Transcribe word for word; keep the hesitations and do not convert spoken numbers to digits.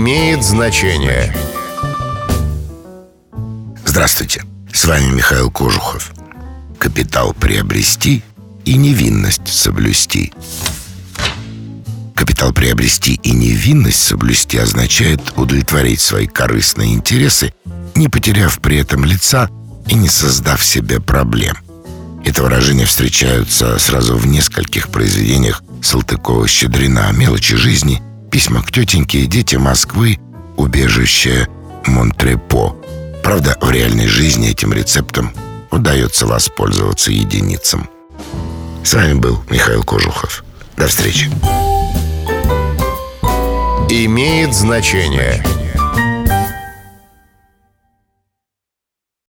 имеет значение. Здравствуйте, с вами Михаил Кожухов. Капитал приобрести и невинность соблюсти. Капитал приобрести и невинность соблюсти означает удовлетворить свои корыстные интересы, не потеряв при этом лица и не создав себе проблем. Это выражение встречаются сразу в нескольких произведениях Салтыкова-Щедрина: «Мелочи жизни», «Письма к тетеньке», «Дети Москвы», «Убежище Монтрепо». Правда, в реальной жизни этим рецептом удается воспользоваться единицам. С вами был Михаил Кожухов. До встречи. Имеет значение.